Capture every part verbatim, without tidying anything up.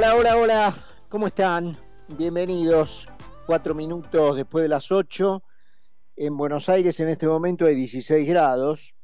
Hola, hola, hola, ¿cómo están? Bienvenidos. Cuatro minutos después de las ocho. En Buenos Aires en este momento hay dieciséis grados.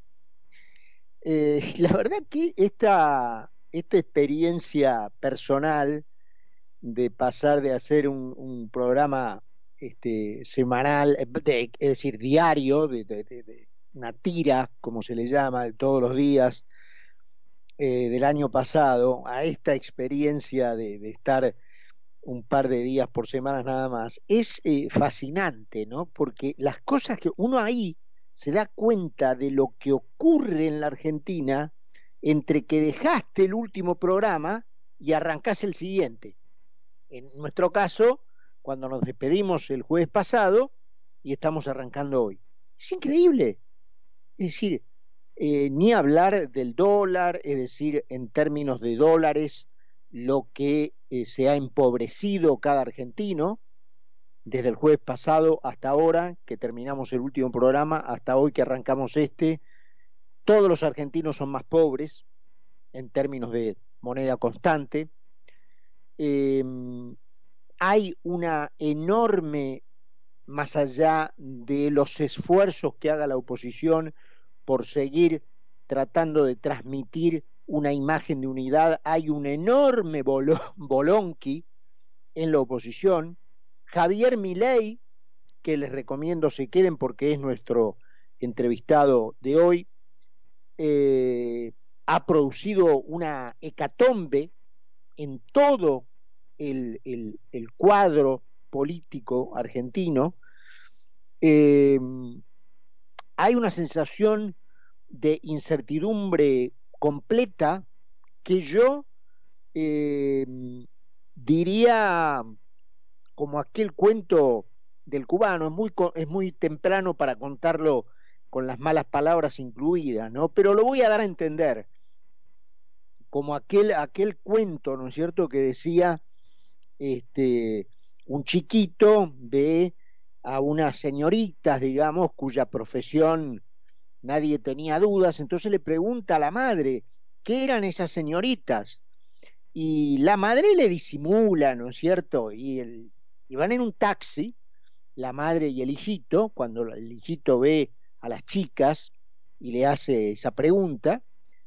Eh, la verdad que esta, esta experiencia personal de pasar de hacer un, un programa este, semanal, eh, de- es decir, diario, de, de- de- de una tira, como se le llama, de todos los días, eh, del año pasado, a esta experiencia de, de estar un par de días por semana nada más, es eh, fascinante, ¿no? Porque las cosas que uno ahí se da cuenta de lo que ocurre en la Argentina entre que dejaste el último programa y arrancás el siguiente. En nuestro caso, cuando nos despedimos el jueves pasado y estamos arrancando hoy. Es increíble. Es decir, eh, ni hablar del dólar, es decir, en términos de dólares, lo que eh, se ha empobrecido cada argentino, desde el jueves pasado hasta ahora, que terminamos el último programa, hasta hoy que arrancamos este, todos los argentinos son más pobres en términos de moneda constante. Eh, Hay una enorme, más allá de los esfuerzos que haga la oposición por seguir tratando de transmitir una imagen de unidad, hay un enorme bolo, bolonqui en la oposición. Javier Milei, que les recomiendo se queden porque es nuestro entrevistado de hoy, eh, ha producido una hecatombe en todo el, el, el cuadro político argentino. Eh, Hay una sensación de incertidumbre completa que yo eh, diría como aquel cuento del cubano, es muy, es muy temprano para contarlo con las malas palabras incluidas, ¿no? Pero lo voy a dar a entender, como aquel, aquel cuento, ¿no es cierto?, que decía este, un chiquito ve a unas señoritas, digamos, cuya profesión nadie tenía dudas, entonces le pregunta a la madre, ¿qué eran esas señoritas? Y la madre le disimula, ¿no es cierto? Y, el, y van en un taxi, la madre y el hijito, cuando el hijito ve a las chicas y le hace esa pregunta,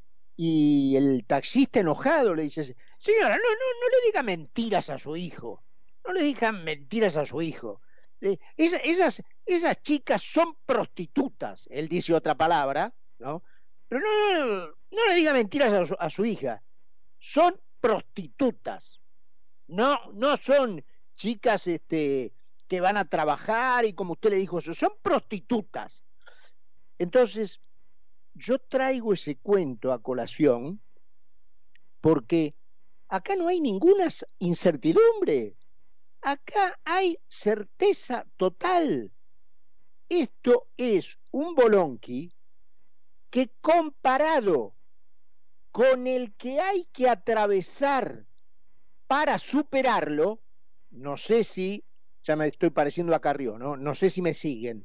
y el taxista enojado le dice, señora, no, no, no le diga mentiras a su hijo, no le digan mentiras a su hijo. Eh, esa- esas, esas chicas son prostitutas, él dice otra palabra, ¿no? Pero no, no, no, no le diga mentiras a su, a su hija, son prostitutas, no, no son chicas este, que van a trabajar y como usted le dijo, son prostitutas. Entonces, yo traigo ese cuento a colación porque acá no hay ninguna incertidumbre, acá hay certeza total. Esto es un bolonqui que comparado con el que hay que atravesar para superarlo, no sé si, ya me estoy pareciendo a Carrió, ¿no? No sé si me siguen.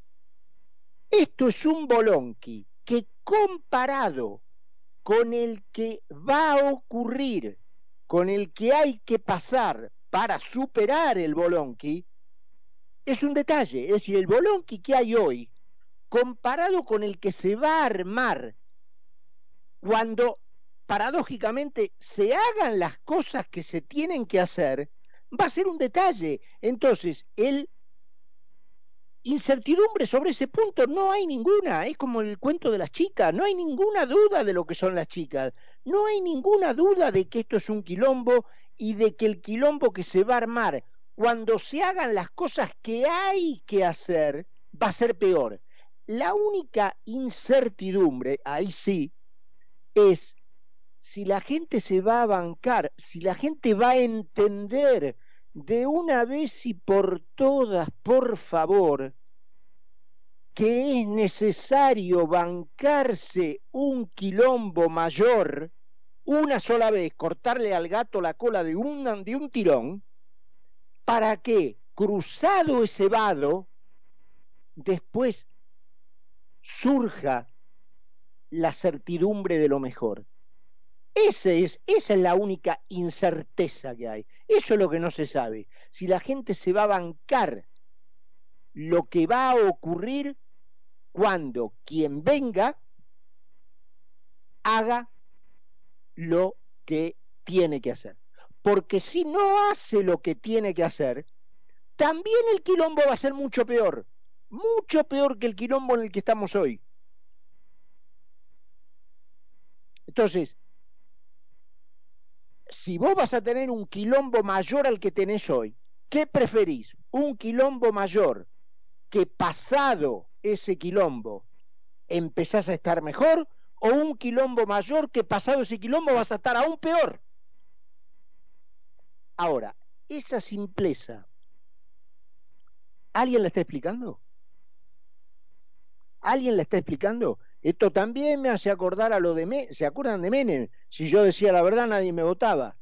Esto es un bolonqui que comparado con el que va a ocurrir, con el que hay que pasar para superar el bolonqui, es un detalle. Es decir, el bolonqui que hay hoy, comparado con el que se va a armar cuando paradójicamente se hagan las cosas que se tienen que hacer, va a ser un detalle. Entonces, el incertidumbre sobre ese punto no hay ninguna, es como el cuento de las chicas, no hay ninguna duda de lo que son las chicas, no hay ninguna duda de que esto es un quilombo y de que el quilombo que se va a armar cuando se hagan las cosas que hay que hacer va a ser peor. La única incertidumbre, ahí sí, es si la gente se va a bancar, si la gente va a entender de una vez y por todas, por favor, que es necesario bancarse un quilombo mayor una sola vez, cortarle al gato la cola de un, de un tirón, para que, cruzado ese vado, después surja la certidumbre de lo mejor. Ese es, esa es la única incerteza que hay. Eso es lo que no se sabe. Si la gente se va a bancar lo que va a ocurrir cuando quien venga haga lo que tiene que hacer. Porque si no hace lo que tiene que hacer, también el quilombo va a ser mucho peor. Mucho peor que el quilombo en el que estamos hoy. Entonces, si vos vas a tener un quilombo mayor al que tenés hoy, ¿qué preferís? ¿Un quilombo mayor que pasado ese quilombo empezás a estar mejor, o un quilombo mayor que pasado ese quilombo vas a estar aún peor? Ahora, esa simpleza, ¿alguien la está explicando? ¿Alguien la está explicando? Esto también me hace acordar a lo de Menem. ¿Se acuerdan de Menem? Si yo decía la verdad, nadie me votaba.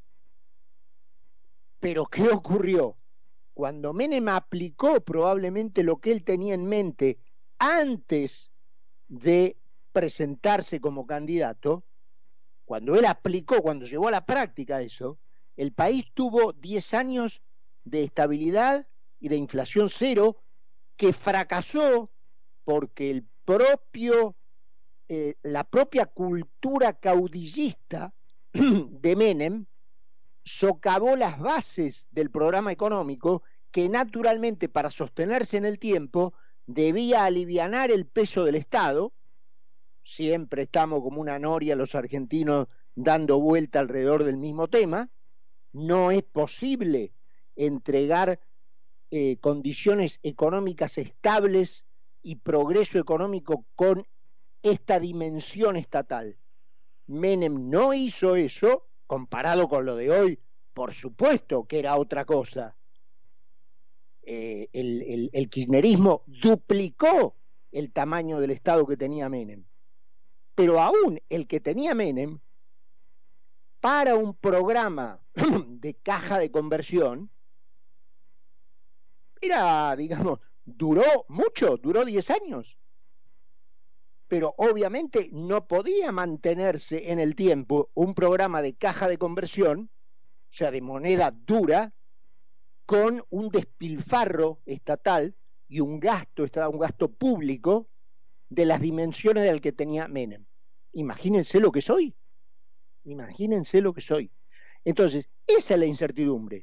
Pero ¿qué ocurrió? Cuando Menem aplicó probablemente lo que él tenía en mente antes de presentarse como candidato, cuando él aplicó, cuando llevó a la práctica eso, el país tuvo diez años de estabilidad y de inflación cero, que fracasó porque el propio, eh, la propia cultura caudillista de Menem socavó las bases del programa económico, que naturalmente para sostenerse en el tiempo debía alivianar el peso del Estado. Siempre estamos como una noria los argentinos dando vuelta alrededor del mismo tema. No es posible entregar eh, condiciones económicas estables y progreso económico con esta dimensión estatal. Menem no hizo eso. Comparado con lo de hoy, por supuesto que era otra cosa. Eh, el, el, el kirchnerismo duplicó el tamaño del Estado que tenía Menem. Pero aún el que tenía Menem, para un programa de caja de conversión, era, digamos, duró mucho, duró diez años. Pero obviamente no podía mantenerse en el tiempo un programa de caja de conversión, o sea, de moneda dura, con un despilfarro estatal y un gasto, un gasto público de las dimensiones del que tenía Menem. Imagínense lo que soy. Imagínense lo que soy. Entonces, esa es la incertidumbre.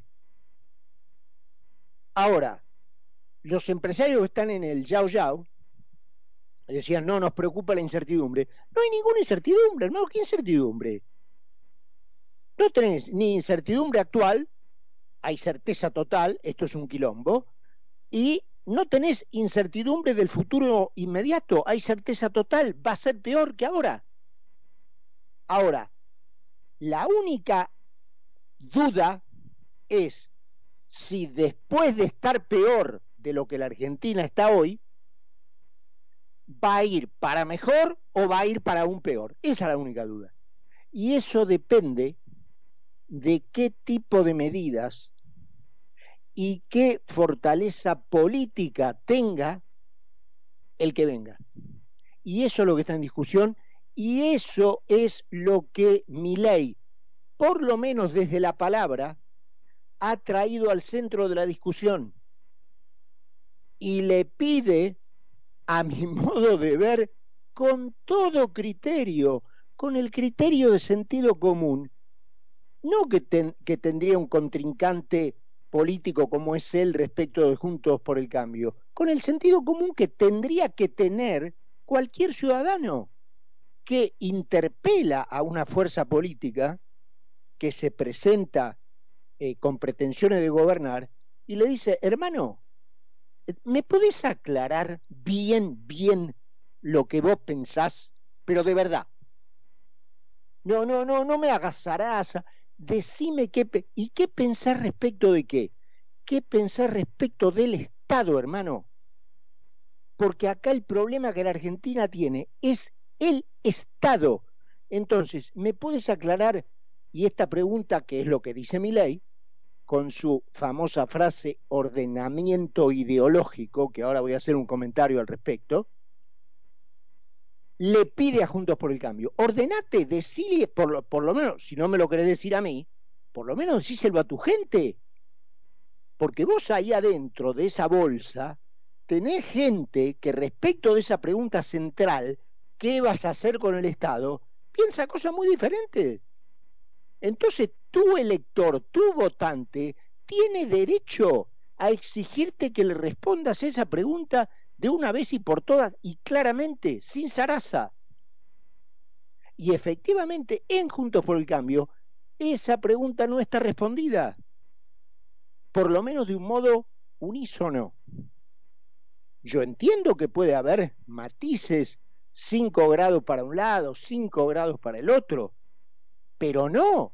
Ahora, los empresarios que están en el yao yao decían, no nos preocupa la incertidumbre. No hay ninguna incertidumbre, hermano. ¿Qué incertidumbre? No tenés ni incertidumbre actual, hay certeza total, esto es un quilombo, y no tenés incertidumbre del futuro inmediato, hay certeza total, va a ser peor que ahora. Ahora, la única duda es si después de estar peor de lo que la Argentina está hoy, va a ir para mejor o va a ir para aún peor. Esa es la única duda. Y eso depende de qué tipo de medidas y qué fortaleza política tenga el que venga. Y eso es lo que está en discusión, y eso es lo que Milei, por lo menos desde la palabra, ha traído al centro de la discusión. Y le pide, a mi modo de ver, con todo criterio, con el criterio de sentido común, no que, ten, que tendría un contrincante político como es él respecto de Juntos por el Cambio, con el sentido común que tendría que tener cualquier ciudadano que interpela a una fuerza política que se presenta eh, con pretensiones de gobernar y le dice, hermano, ¿me podés aclarar bien, bien lo que vos pensás? Pero de verdad. No, no, no, no me hagas zaraza. Decime qué, pe y qué pensar respecto de qué. ¿Qué pensar respecto del Estado, hermano? Porque acá el problema que la Argentina tiene es el Estado. Entonces, ¿me puedes aclarar? Y esta pregunta, que es lo que dice Milei, con su famosa frase ordenamiento ideológico, que ahora voy a hacer un comentario al respecto, le pide a Juntos por el Cambio, ordenate, decile, por lo, por lo menos, si no me lo querés decir a mí, por lo menos decíselo a tu gente, porque vos ahí adentro de esa bolsa tenés gente que respecto de esa pregunta central, ¿qué vas a hacer con el Estado?, piensa cosas muy diferentes. Entonces tu elector, tu votante, tiene derecho a exigirte que le respondas esa pregunta de una vez y por todas y claramente, sin zaraza. Y efectivamente, en Juntos por el Cambio, esa pregunta no está respondida, por lo menos de un modo unísono. Yo entiendo que puede haber matices, cinco grados para un lado, cinco grados para el otro, pero no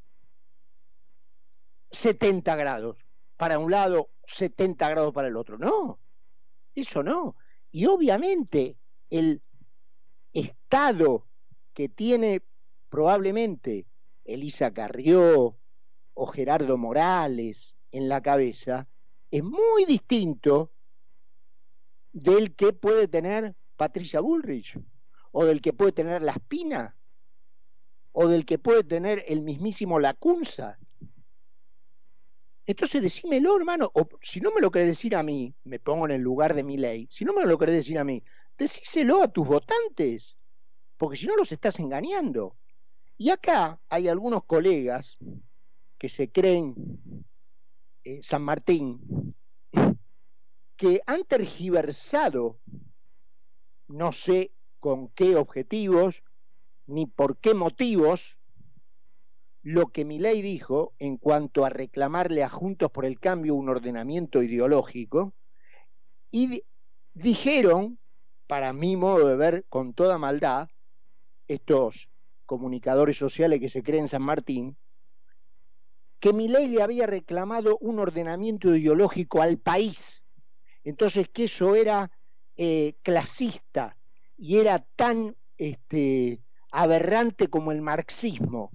setenta grados para un lado, setenta grados para el otro, no, eso no. Y obviamente el estado que tiene probablemente Elisa Carrió o Gerardo Morales en la cabeza es muy distinto del que puede tener Patricia Bullrich, o del que puede tener La Espina, o del que puede tener el mismísimo Lacunza. Entonces decímelo, hermano, o si no me lo querés decir a mí, me pongo en el lugar de Milei, si no me lo querés decir a mí, decíselo a tus votantes, porque si no los estás engañando. Y acá hay algunos colegas que se creen eh, San Martín, que han tergiversado, no sé con qué objetivos, ni por qué motivos, lo que Milei dijo en cuanto a reclamarle a Juntos por el Cambio un ordenamiento ideológico, y di- dijeron, para mi modo de ver, con toda maldad, estos comunicadores sociales que se creen San Martín, que Milei le había reclamado un ordenamiento ideológico al país. Entonces, que eso era eh, clasista y era tan este, aberrante como el marxismo.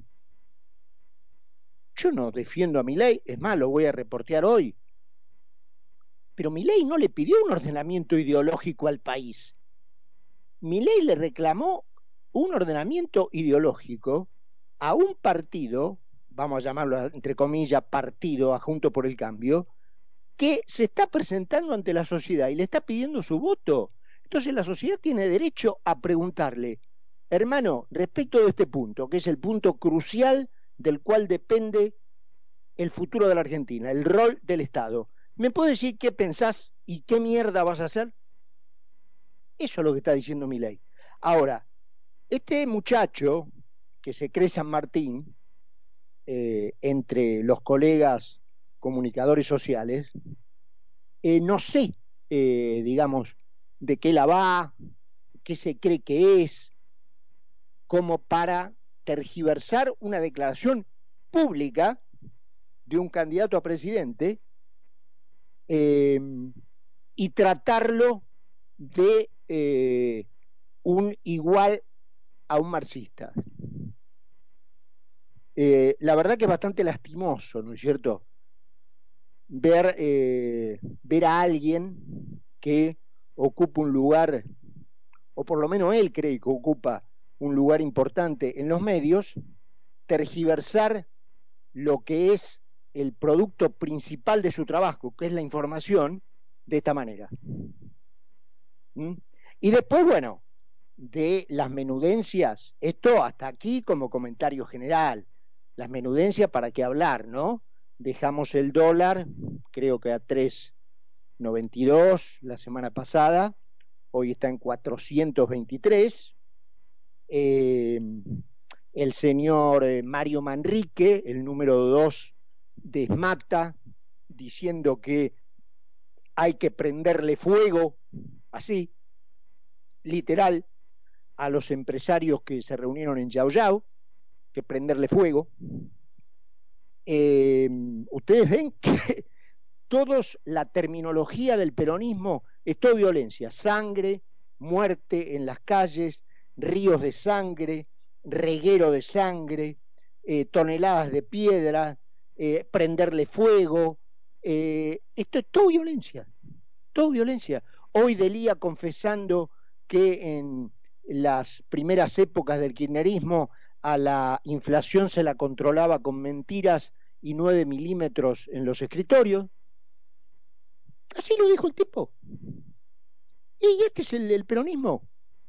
Yo no defiendo a Milei, es más, lo voy a reportear hoy. Pero Milei no le pidió un ordenamiento ideológico al país. Milei le reclamó un ordenamiento ideológico a un partido, vamos a llamarlo entre comillas partido, a Juntos por el Cambio, que se está presentando ante la sociedad y le está pidiendo su voto. Entonces la sociedad tiene derecho a preguntarle, hermano, respecto de este punto, que es el punto crucial del cual depende el futuro de la Argentina, el rol del Estado, ¿me puede decir qué pensás y qué mierda vas a hacer? Eso es lo que está diciendo Milei. Ahora, este muchacho que se cree San Martín, eh, entre los colegas comunicadores sociales, eh, no sé, eh, digamos, de qué la va, qué se cree que es, como para tergiversar una declaración pública de un candidato a presidente eh, y tratarlo de eh, un igual a un marxista. Eh, la verdad que es bastante lastimoso, ¿no es cierto? Ver, eh, ver a alguien que ocupa un lugar, o por lo menos él cree que ocupa un lugar importante en los medios, tergiversar lo que es el producto principal de su trabajo, que es la información, de esta manera. ¿Mm? Y después, bueno, de las menudencias, esto hasta aquí como comentario general, las menudencias para qué hablar, ¿no? Dejamos el dólar, creo que a tres noventa y dos la semana pasada, hoy está en cuatrocientos veintitrés. Eh, el señor eh, Mario Manrique, el número dos de SMATA, diciendo que hay que prenderle fuego, así, literal, a los empresarios que se reunieron en Yao Yao, que prenderle fuego. Eh, ustedes ven que todos la terminología del peronismo es todo violencia, sangre, muerte en las calles, ríos de sangre, reguero de sangre, eh, toneladas de piedra, eh, prenderle fuego, eh, esto es todo violencia, todo violencia. Hoy Delía confesando que en las primeras épocas del kirchnerismo a la inflación se la controlaba con mentiras y nueve milímetros en los escritorios. Así lo dijo el tipo. Y este es el, el peronismo.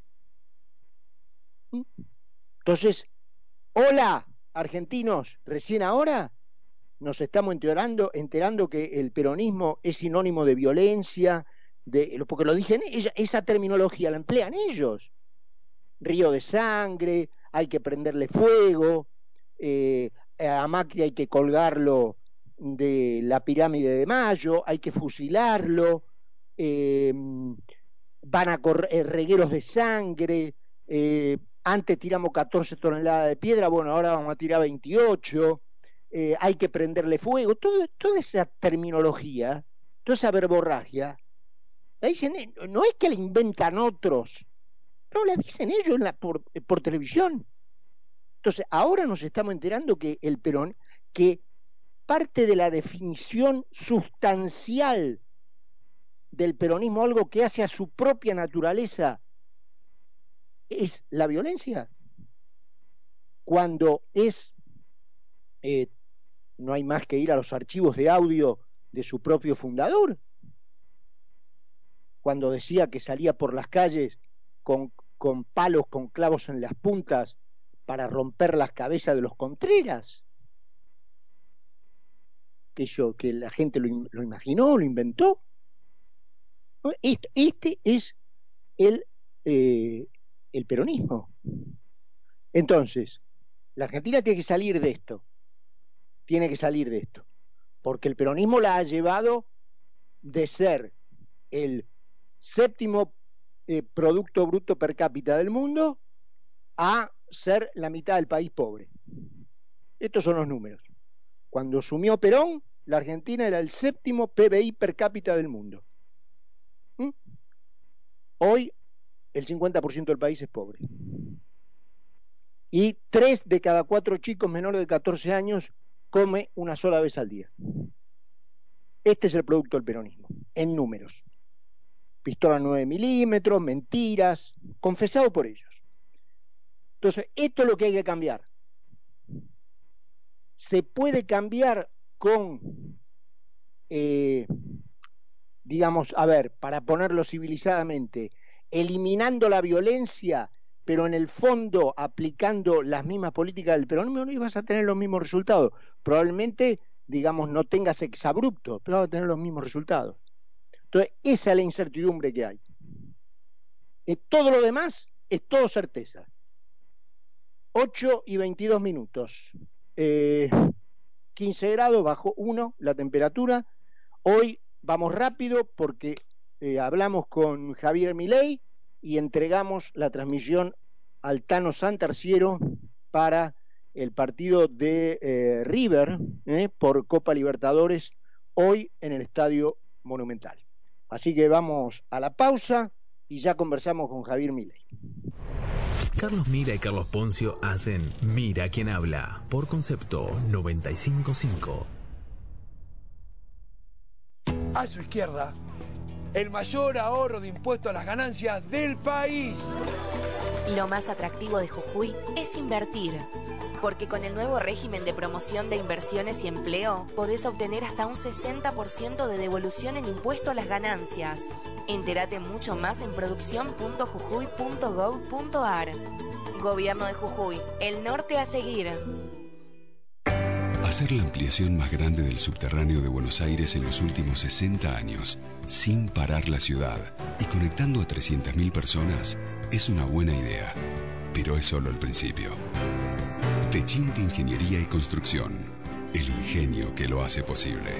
Entonces, hola, argentinos, recién ahora nos estamos enterando, enterando que el peronismo es sinónimo de violencia, de, porque lo dicen ellos, esa terminología la emplean ellos. Río de sangre, hay que prenderle fuego, eh, a Macri hay que colgarlo de la pirámide de Mayo, hay que fusilarlo, eh, van a correr eh, regueros de sangre, eh, antes tiramos catorce toneladas de piedra, bueno, ahora vamos a tirar veintiocho, eh, hay que prenderle fuego, todo, toda esa terminología, toda esa verborragia, la dicen, no es que la inventan otros, no, la dicen ellos en la, por, por televisión. Entonces, ahora nos estamos enterando que el Perón, que parte de la definición sustancial del peronismo, algo que hace a su propia naturaleza, es la violencia. Cuando es, eh, no hay más que ir a los archivos de audio de su propio fundador, cuando decía que salía por las calles con, con palos, con clavos en las puntas, para romper las cabezas de los Contreras. Que, yo, que la gente lo, lo imaginó, lo inventó. Este, este es el, eh, el peronismo. Entonces, la Argentina tiene que salir de esto. Tiene que salir de esto. Porque el peronismo la ha llevado de ser el séptimo eh, Producto Bruto Per Cápita del mundo a ser la mitad del país pobre. Estos son los números. Cuando asumió Perón, la Argentina era el séptimo P B I per cápita del mundo. ¿Mm? Hoy, el cincuenta por ciento del país es pobre. Y tres de cada cuatro chicos menores de catorce años come una sola vez al día. Este es el producto del peronismo, en números. Pistola nueve milímetros, mentiras, confesado por ellos. Entonces, esto es lo que hay que cambiar. Se puede cambiar con, eh, digamos, a ver, para ponerlo civilizadamente, eliminando la violencia, pero en el fondo aplicando las mismas políticas del peronismo, no ibas a tener los mismos resultados. Probablemente, digamos, no tengas exabruptos, pero vas a tener los mismos resultados. Entonces, esa es la incertidumbre que hay. Y todo lo demás es todo certeza. ocho y veintidós minutos. Eh, quince grados, bajo uno la temperatura. Hoy vamos rápido porque eh, hablamos con Javier Milei y entregamos la transmisión al Tano Santarciero para el partido de eh, River eh, por Copa Libertadores hoy en el Estadio Monumental. Así que vamos a la pausa y ya conversamos con Javier Milei. Carlos Mira y Carlos Poncio hacen Mira quién habla por Concepto noventa y cinco punto cinco. A su izquierda, el mayor ahorro de impuestos a las ganancias del país. Lo más atractivo de Jujuy es invertir, porque con el nuevo régimen de promoción de inversiones y empleo podés obtener hasta un sesenta por ciento de devolución en impuesto a las ganancias. Entérate mucho más en producción punto jujuy punto gov punto ar. Gobierno de Jujuy, el norte a seguir. Hacer la ampliación más grande del subterráneo de Buenos Aires en los últimos sesenta años, sin parar la ciudad y conectando a trescientas mil personas, es una buena idea. Pero es solo el principio. Techint Ingeniería y Construcción. El ingenio que lo hace posible.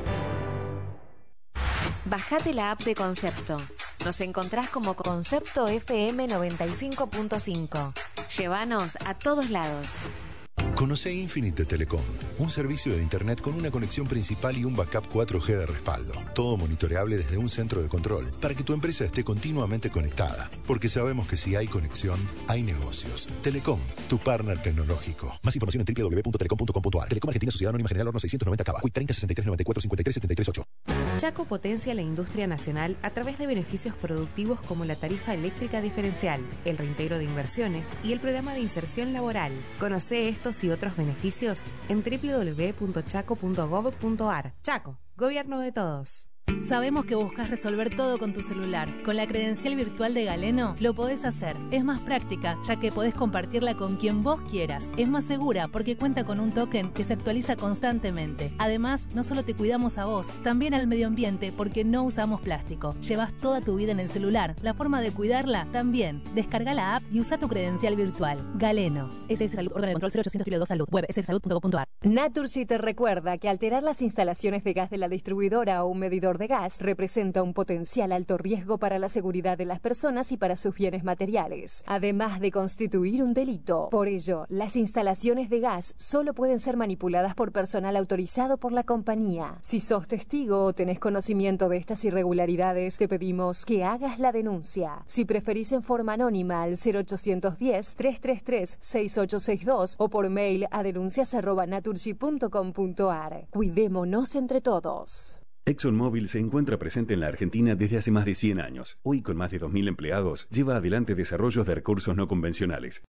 Bajate la app de Concepto. Nos encontrás como Concepto F M noventa y cinco punto cinco. Llévanos a todos lados. Conoce Infinite Telecom, un servicio de internet con una conexión principal y un backup cuatro G de respaldo. Todo monitoreable desde un centro de control para que tu empresa esté continuamente conectada. Porque sabemos que si hay conexión, hay negocios. Telecom, tu partner tecnológico. Más información en doble u doble u doble u punto telecom punto com punto ar. Telecom Argentina Sociedad Anónima General Hornos seiscientos noventa Cava. Q treinta sesenta y tres noventa y cuatro cincuenta y tres setenta y tres ocho. Chaco potencia la industria nacional a través de beneficios productivos como la tarifa eléctrica diferencial, el reintegro de inversiones y el programa de inserción laboral. Conoce estos y otros beneficios en doble u doble u doble u punto chaco punto gob punto ar. Chaco, gobierno de todos. Sabemos que buscas resolver todo con tu celular. Con la credencial virtual de Galeno lo podés hacer. Es más práctica, ya que podés compartirla con quien vos quieras. Es más segura porque cuenta con un token que se actualiza constantemente. Además, no solo te cuidamos a vos, también al medio ambiente porque no usamos plástico. Llevas toda tu vida en el celular. La forma de cuidarla también. Descarga la app y usa tu credencial virtual. Galeno. S S Salud, orden de control cero ochocientos dos Salud. Web s s salud punto com punto ar. Naturgy te recuerda que alterar las instalaciones de gas de la distribuidora o un medidor de gas representa un potencial alto riesgo para la seguridad de las personas y para sus bienes materiales, además de constituir un delito. Por ello, las instalaciones de gas solo pueden ser manipuladas por personal autorizado por la compañía. Si sos testigo o tenés conocimiento de estas irregularidades, te pedimos que hagas la denuncia. Si preferís en forma anónima al cero ochocientos diez, trescientos treinta y tres, sesenta y ocho sesenta y dos o por mail a denuncias arroba naturgy punto com punto ar. Cuidémonos entre todos. ExxonMobil se encuentra presente en la Argentina desde hace más de cien años. Hoy, con más de dos mil empleados, lleva adelante desarrollos de recursos no convencionales,